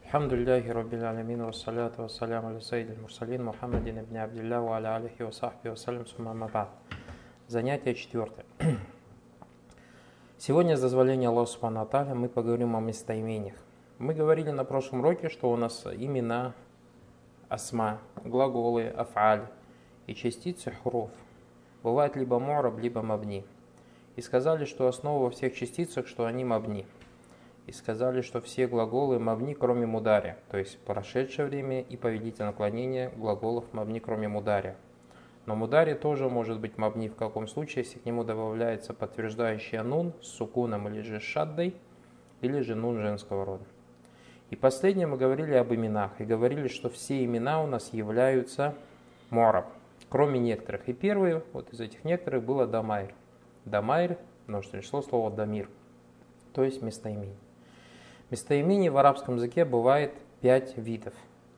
Алхамдулиллахи Раббил Алямин, вассаляту вассаляму аля саййидил мурсалин, Мухаммадин ибн Абдилля, ва аля алихи ва сахби вассалям, сумма амма ба'д. Занятие 4. Сегодня, с дозволения Аллаха Субхану ва Тааля, мы поговорим о местоимениях. Мы говорили на прошлом уроке, что у нас имена, асма, глаголы, аф'аль и частицы хуруф бывают либо му'раб, либо мабни. И сказали, что основа во всех частицах, что они мабни. И сказали, что все глаголы мабни, кроме мудари, то есть прошедшее время и повелительное наклонение глаголов мабни, кроме мудари. Но мудари тоже может быть мабни в каком случае, если к нему добавляется подтверждающий нун с сукуном или же шаддой, или же нун женского рода. И последнее мы говорили об именах, и говорили, что все имена у нас являются му'раб, кроме некоторых. И первый вот из этих некоторых было дамайр. Дамайр, множественное число слова дамир, то есть местоимение. Местоимений в арабском языке бывает 5 видов.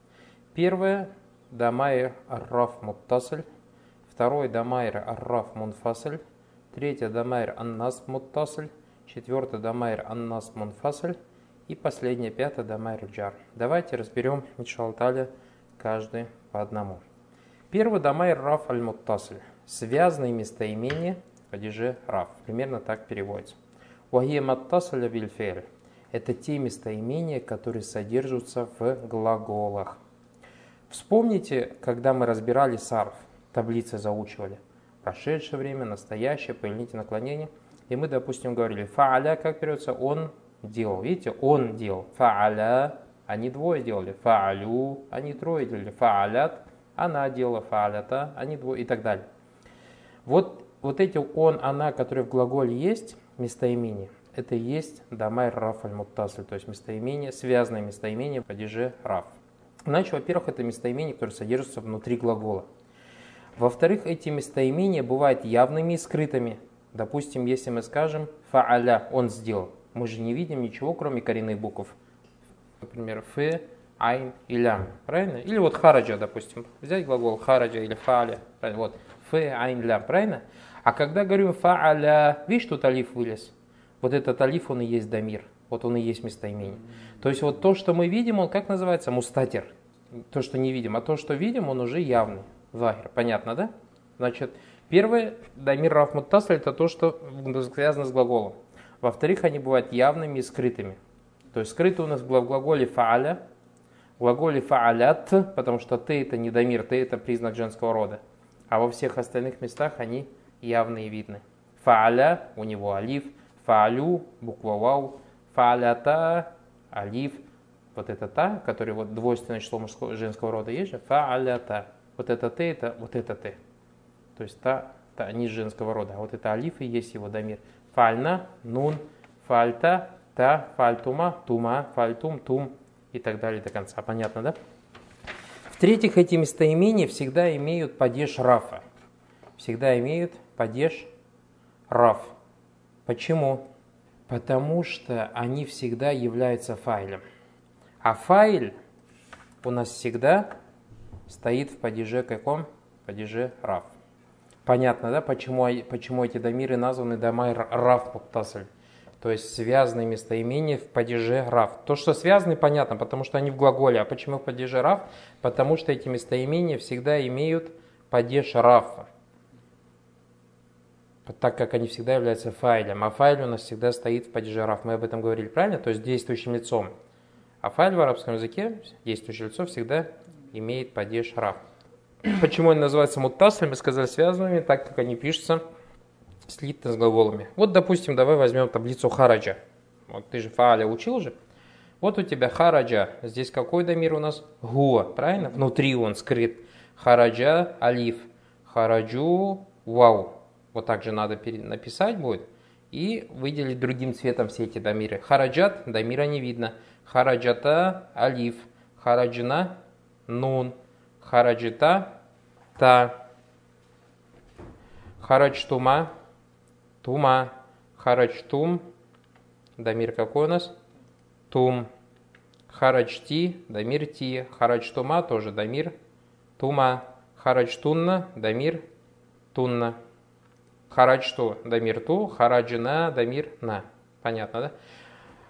Первое – дамайр ар-раф муттасиль. Второй – дамайр ар-раф мунфасиль. Третье – дамайр ан-насб муттасиль. Четвертое – дамайр ан-насб мунфасиль. И последнее, пятое – дамайр джар. Давайте разберем, иншаллах та'аля, каждый по одному. Первый – дамайр раф аль-муттасиль. Связанные местоимения в падеже раф. Примерно так переводится. Вахия муттасиля биль фе'ль. Это те местоимения, которые содержатся в глаголах. Вспомните, когда мы разбирали сарф, таблицы заучивали. Прошедшее время, настоящее, повелительное наклонение. И мы, допустим, говорили, фа'аля, как переводится, он делал. Видите, он делал. Фа'аля, они двое делали. Фа'алю, они трое делали. Фа'алят, она делала. Фа'алята, они двое и так далее. Вот эти он, она, которые в глаголе есть, местоимения, это и есть дамайр раф аль-муттасиль, то есть местоимение, связанное местоимение в падеже раф. Значит, во-первых, это местоимения, которые содержатся внутри глагола. Во-вторых, эти местоимения бывают явными и скрытыми. Допустим, если мы скажем фа'аля, он сделал, мы же не видим ничего, кроме коренных букв. Например, фе, айн и лям, правильно? Или вот хараджа, допустим, взять глагол хараджа или фа'аля, вот, фе, айн, лям, правильно? А когда говорим фа'аля, видишь, тут алиф вылез? Вот этот алиф, он и есть дамир, вот он и есть местоимение. То есть вот то, что мы видим, он как называется? Мустатир. То, что не видим, а то, что видим, он уже явный. Захир. Понятно, да? Значит, первое, дамир раф муттасиль, это то, что связано с глаголом. Во-вторых, они бывают явными и скрытыми. То есть скрыты у нас в глаголе фа'аля, в глаголе фа'алят, потому что ты это не дамир, ты это признак женского рода. А во всех остальных местах они явны и видны. Фа'аля, у него алиф, фа'алю, буква вау, фа'алята, алиф, вот это та, который вот двойственное число мужского, женского рода есть же, фа'алята. Вот это ты, это вот это ты. То есть та не женского рода, а вот это алиф и есть его дамир. Фальна, нун, фальта, та, фальтума, тума, фальтум, тум и так далее до конца. Понятно, да? В-третьих, эти местоимения всегда имеют падеж рафа. Всегда имеют падеж раф. Почему? Потому что они всегда являются файлем. А файль у нас всегда стоит в падеже каком? Падеже раф. Понятно, да, почему эти дамиры названы дамайр раф муттасиль? То есть связанные местоимения в падеже раф. То, что связаны, понятно, потому что они в глаголе. А почему в падеже раф? Потому что эти местоимения всегда имеют падеж рафа. Так как они всегда являются файлем. А файль у нас всегда стоит в падеже раф. Мы об этом говорили, правильно? То есть действующим лицом. А файль в арабском языке, действующее лицо, всегда имеет падеж раф. Почему они называются муттасиль? Мы сказали связанными, так как они пишутся слитно с глаголами. Вот, допустим, давай возьмем таблицу хараджа. Вот ты же фааля учил же. Вот у тебя хараджа. Здесь какой дамир у нас? Гуа, правильно? Внутри он скрыт. Хараджа, алиф. Хараджу, вау. Вот так же надо написать будет. И выделить другим цветом все эти дамиры. Хараджат, дамира не видно. Хараджата, алиф. Хараджна, нун. Хараджита, та. Хараджтума, тума. Хараджтум, дамир какой у нас? Тум. Хараджти, дамир ти. Хараджтума, тоже дамир тума. Хараджтунна, дамир тунна. Хараджту, дамир ту. Хараджина, дамир на. Понятно, да?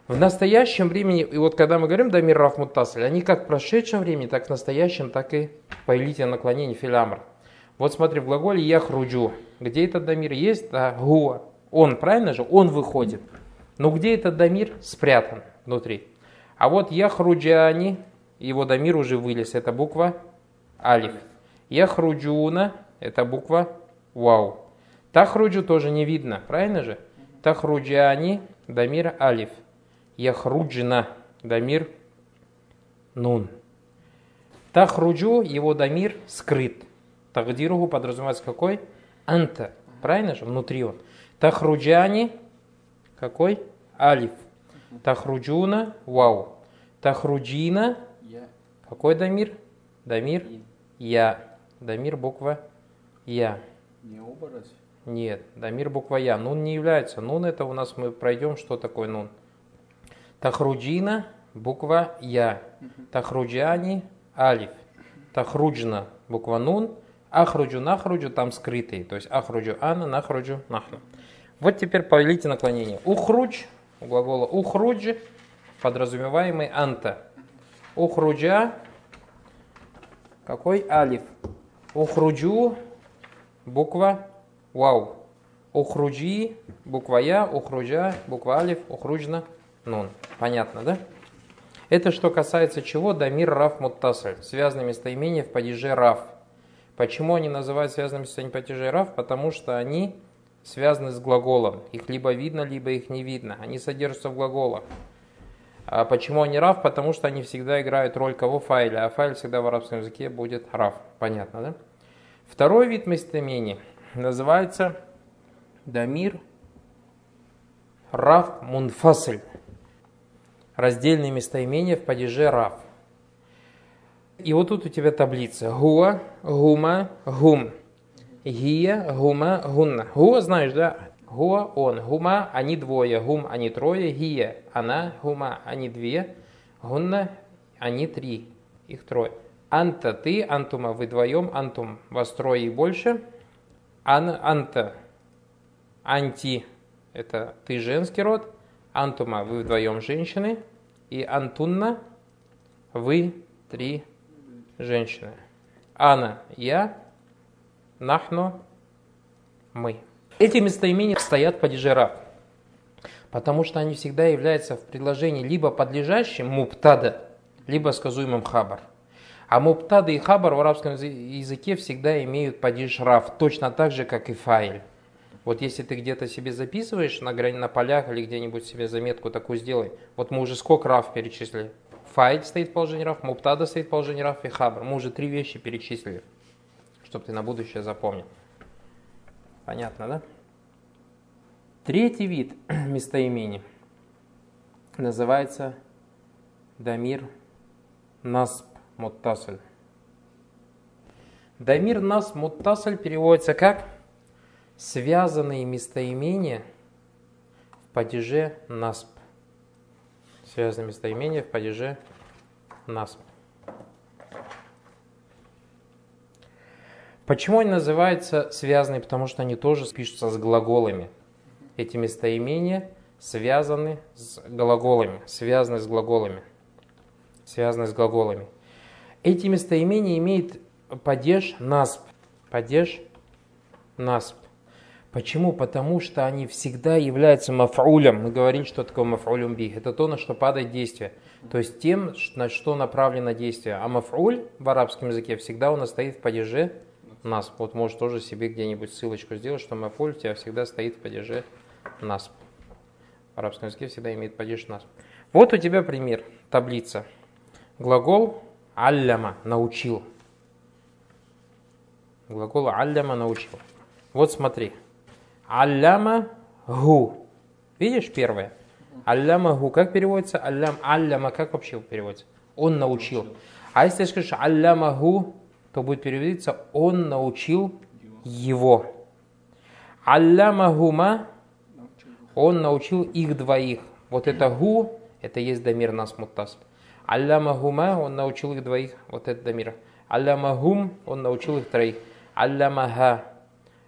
В настоящем времени, и вот когда мы говорим дамир раф муттасиль, они как в прошедшем времени, так в настоящем, так и в повелительном наклонении фил амр. Вот смотри, в глаголе яхруджу, где этот дамир есть? Да, гуа. Он, правильно же? Он выходит. Но где этот дамир? Спрятан внутри. А вот яхруджани, его дамир уже вылез, это буква алиф. Яхруджуна, это буква вау. Тахруджу тоже не видно, правильно же? Тахруджани, дамир алиф. Яхруджина, дамир нун. Тахруджу, его дамир скрыт. Тагдиругу подразумевается какой? Анта, правильно же? Внутри он. Тахруджани, какой? Алиф. Тахруджуна, вау. Тахруджина, какой дамир? Дамир я. Дамир буква я. Не оба разве? Нет, дамир буква я. Нун не является. Нун это у нас мы пройдем, что такое нун. Тахруджина буква я. Тахруджани алиф. Тахруджна буква нун. Ахруджу нахруджу там скрытый. То есть ахруджу ана, нахруджу нахну. Вот теперь повелите наклонение. Ухрудж, у глагола ухрудж, подразумеваемый анта. Ухруджа, какой алиф? Ухруджу, буква вау. Ухруджи, буква я, ухруджа, буква алиф, ухруджна, нун. Понятно, да? Это что касается чего? Дамир раф муттасиль. Связанные местоимения в падеже раф. Почему они называют связанными местоимениями в падеже раф? Потому что они связаны с глаголом. Их либо видно, либо их не видно. Они содержатся в глаголах. А почему они раф? Потому что они всегда играют роль кого? Файля. А файль всегда в арабском языке будет раф. Понятно, да? Второй вид местоимений называется дамир раф мунфасль. Раздельные местоимения в падеже раф. И вот тут у тебя таблица. Хуа, гума, гум. Гия, гума, гунна. Хуа знаешь, да? Хуа он. Гума они двое. Гум они трое. Гия она. Гума они две. Гунна они три. Их трое. Анта ты. Антума вы вдвоем. Антум вас трое и больше. Анта. Анти это ты женский род. Антума вы вдвоем женщины. И антунна вы три женщины. Ана я. Нахну мы. Эти местоимения стоят в падеже раф, потому что они всегда являются в предложении либо подлежащим мубтада, либо сказуемым хабар. А мубтада и хабар в арабском языке всегда имеют падеж раф, точно так же, как и фаиль. Вот если ты где-то себе записываешь на полях или где-нибудь себе заметку такую сделай. Вот мы уже сколько раф перечислили. Фаиль стоит в положении раф, мубтада стоит в положении раф и хабар. Мы уже 3 вещи перечислили, чтобы ты на будущее запомнил. Понятно, да? Третий вид местоимений называется дамир насб муттасиль. Дамир насб муттасиль переводится как связанные местоимения в падеже насб. Связанные местоимения в падеже насб. Почему они называются связанные? Потому что они тоже пишутся с глаголами. Эти местоимения связаны с глаголами. Связаны с глаголами. Связаны с глаголами. Эти местоимения имеют падеж насб. Падеж насб. Почему? Потому что они всегда являются маф'улем. Мы говорили, что такое маф'улем бих. Это то, на что падает действие. То есть тем, на что направлено действие. А маф'уль в арабском языке всегда у нас стоит в падеже насб. Вот можешь тоже себе где-нибудь ссылочку сделать, что маф'уль у тебя всегда стоит в падеже насб. В арабском языке всегда имеет падеж насб. Вот у тебя пример. Таблица. Глагол алляма научил. Глагол алляма научил. Вот смотри. Алляма гу. Видишь первое? Алляма гу. Как переводится? Алляма как вообще переводится? Он научил. А если скажешь алляма гу, то будет переводиться он научил его. Алляма гума. Он научил их двоих. Вот это гу, это есть дамир насб муттасиль. Алляма гума, он научил их двоих. Вот это дамир. Алляма гум, он научил их троих. Алляма ха.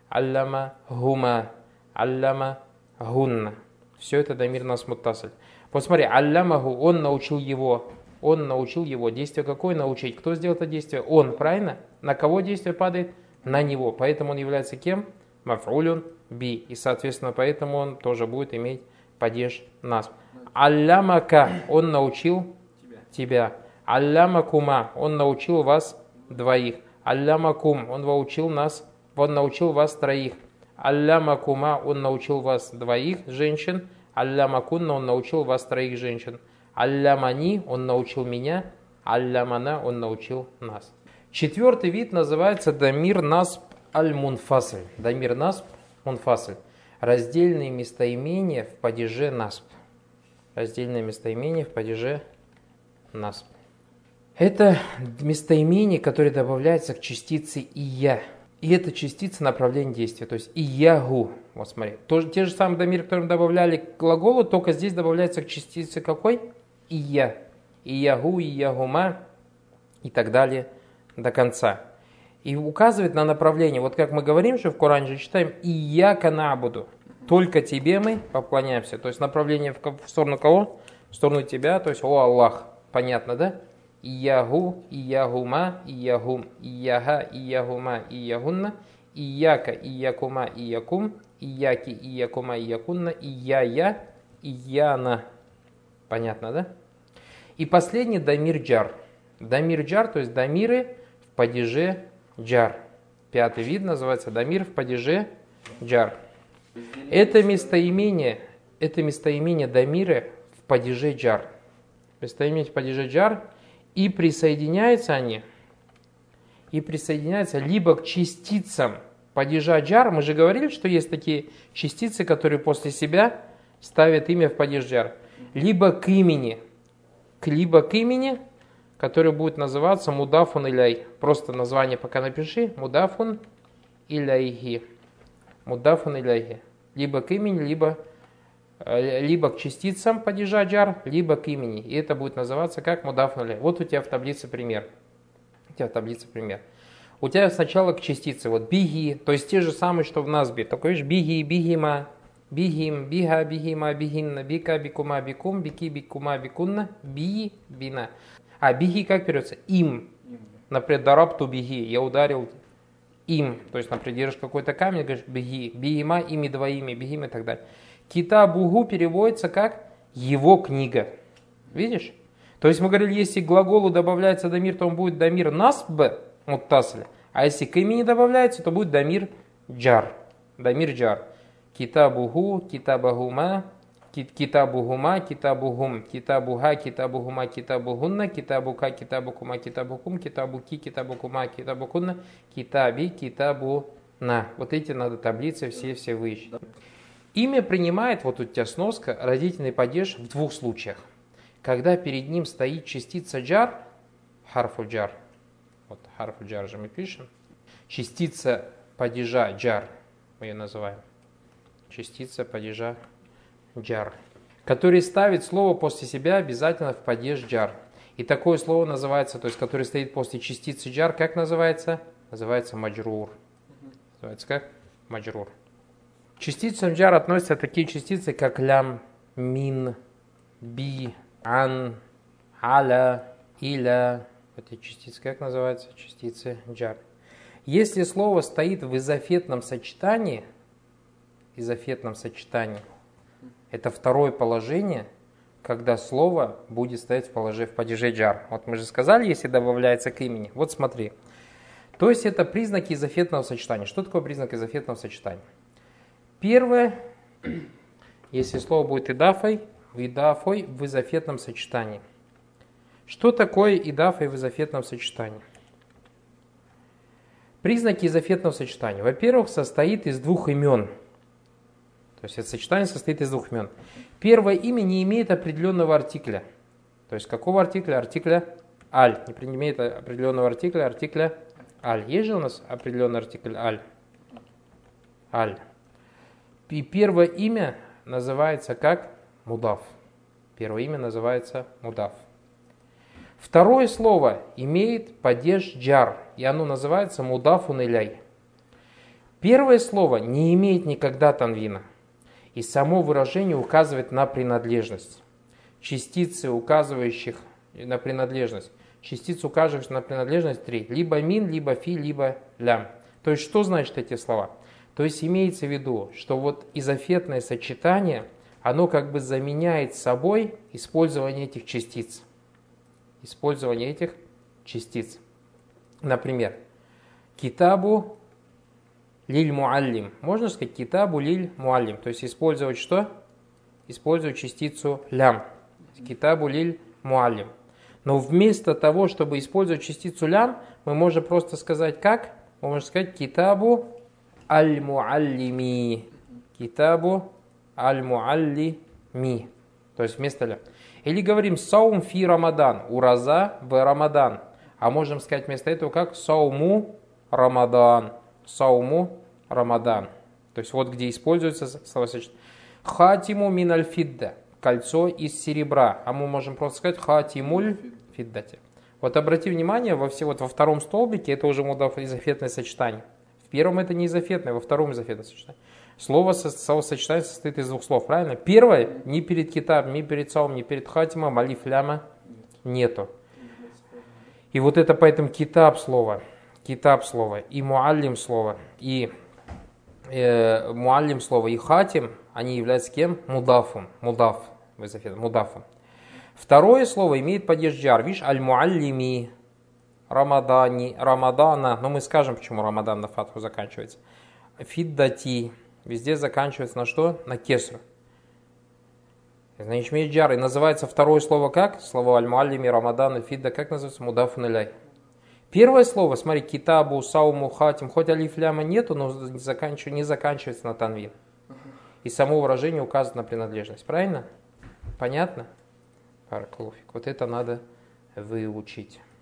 Алляма гума, алляма гунна. Все это дамир насб муттасиль. Посмотри, аллямаху, он научил его. Он научил его. Действие какое научить? Кто сделал это действие? Он, правильно? На кого действие падает? На него. Поэтому он является кем? Маф'улюн би. И, соответственно, поэтому он тоже будет иметь падеж насб. Аллямака, он научил тебя. Аллямакума, он научил вас двоих. Аллямакум, он научил вас троих. Аллямакума, он научил вас двоих женщин. Аллямакунна, он научил вас троих женщин. Аллямани, он научил меня. Аллямана, он научил нас. Четвертый вид называется дамир насб аль-мунфасль. Дамир насб мунфасль. Раздельные местоимения в падеже насб. Раздельное местоимение в падеже насб. Это местоимение, которое добавляется к частице «ия». И это частица направления действия, то есть «иягу». Вот смотри, тоже те же самые дамиры, которые мы добавляли к глаголу, только здесь добавляется к частице какой? «Ия». «Иягу», «иягума» и так далее до конца. И указывает на направление. Вот как мы говорим, что в Коране же читаем «Ияка на'буду». Только тебе мы поклоняемся. То есть направление в сторону кого? В сторону тебя, то есть «О Аллах». Понятно, да? Иягу, иягума, иягум, ияга, иягума, иягунна, ияка, иякума, иякум, ияки, иякума, иякунна, ияя, ияна. Понятно, да? И последний дамир джар. Дамир джар, то есть дамиры в падеже джар. Пятый вид называется дамир в падеже джар. Это местоимение дамиры в падеже джар. Местоимение в падеже джар. И присоединяются они либо к частицам падежа джар. Мы же говорили, что есть такие частицы, которые после себя ставят имя в падеж джар. Либо к имени, который будет называться мудафун иляй. Просто название пока напиши. Мудафун иляйхи. Мудафун иляйхи. Либо к имени, либо к частицам падежа джар, либо к имени. И это будет называться как мудафун иляйхи. Вот у тебя в таблице пример. У тебя сначала к частице. Вот биги, то есть те же самые, что в насбе. Такой видишь, биги, бигима, бигим, бига, бигима, бигинна, бика, бикума, бикум, бики, бикума, бикунна, би, бина. А биги как берется? Им. Например, дарабту биги, я ударил им. То есть, например, держишь какой-то камень, говоришь биги, бигима, ими двоими, бигим и так далее. Китабуху переводится как его книга. Видишь? То есть мы говорили, если к глаголу добавляется дамир, то он будет дамир насб муттасль. А если к имени добавляется, то будет дамир джар. Дамир джар. Китабуху, китабахума, китабухума, китабухум, китабуха, китабухума, китабухунна, китабука, китабукума, китабукум, китабуки, китабукума, китабукунна, китаби, китабуна. Вот эти надо таблицы все выучить. Имя принимает, вот у тебя сноска, родительный падеж в двух случаях. Когда перед ним стоит частица джар, харфу джар, вот харфу джар же мы пишем, частица падежа джар, мы ее называем, частица падежа джар, который ставит слово после себя обязательно в падеж джар. И такое слово называется, то есть который стоит после частицы джар, как называется? Называется маджрур. Называется как? Маджрур. К частицам джар относятся такие частицы, как лям, мин, би, ан, аля, иля. Эти частицы как называются? Частицы джар. Если слово стоит в изофетном сочетании, это второе положение, когда слово будет стоять в падеже джар. Вот мы же сказали, если добавляется к имени. Вот смотри. То есть это признаки изофетного сочетания. Что такое признак изофетного сочетания? Первое, если слово будет идафой в изофетном сочетании. Что такое идафа в изофетном сочетании? Признаки изофетного сочетания. Во-первых, состоит из двух имен. То есть это сочетание состоит из двух имен. Первое имя не имеет определенного артикля. То есть какого артикля? Артикля аль. Не имеет определенного артикля аль. Есть же у нас определенный артикль аль? Аль. И первое имя называется как мудаф. Первое имя называется мудаф. Второе слово имеет падеж джар, и оно называется мудафун иляй. Первое слово не имеет никогда танвина, и само выражение указывает на принадлежность. частицы, указывающих на принадлежность. Частиц, указывающих на принадлежность, 3. Либо мин, либо фи, либо лям. То есть, что значит эти слова? То есть, имеется в виду, что вот изофетное сочетание, оно как бы заменяет собой использование этих частиц. Использование этих частиц. Например, китабу лиль муаллим. Можно сказать китабу лиль муаллим. То есть, использовать что? Использовать частицу лям. Китабу лиль муаллим. Но вместо того, чтобы использовать частицу лям, мы можем просто сказать как? Мы можем сказать китабу аль-муаллими. Китабу аль-муаллими. То есть вместо лям. Или говорим саум фи рамадан. Ураза в рамадан. А можем сказать вместо этого как сауму рамадан. Сауму рамадан. То есть вот где используется словосочетание. Хатиму мин аль-фидда. Кольцо из серебра. А мы можем просто сказать хатимуль фиддати. Вот обрати внимание, во втором столбике это уже мудаф изофетное сочетание. В первом это не изофетное, во втором изофетное сочетание. Словосочетание состоит из двух слов, правильно? Первое, ни перед китаб, ни перед саум, ни перед хатимом, алиф ляма нету. И вот это поэтому китаб слово, и муаллим слово, и муаллим слово, и хатим, они являются кем? Мудафом, мудаф. Мудафом. Второе слово имеет падеж джар. Видишь, аль-муаллими, рамадани, рамадана. Но мы скажем, почему рамадан на фатху заканчивается. Фиддати. Везде заканчивается на что? На кесру. Значит, имеет джар. И называется второе слово как? Слово аль-муаллими, рамадан, фидда. Как называется? Мудафун иляй. Первое слово, смотри, китабу, сауму, хатим. Хоть алиф ляма нету, но не заканчивается на танвин. И само выражение указывает на принадлежность. Правильно? Понятно? Параклофик. Вот это надо выучить.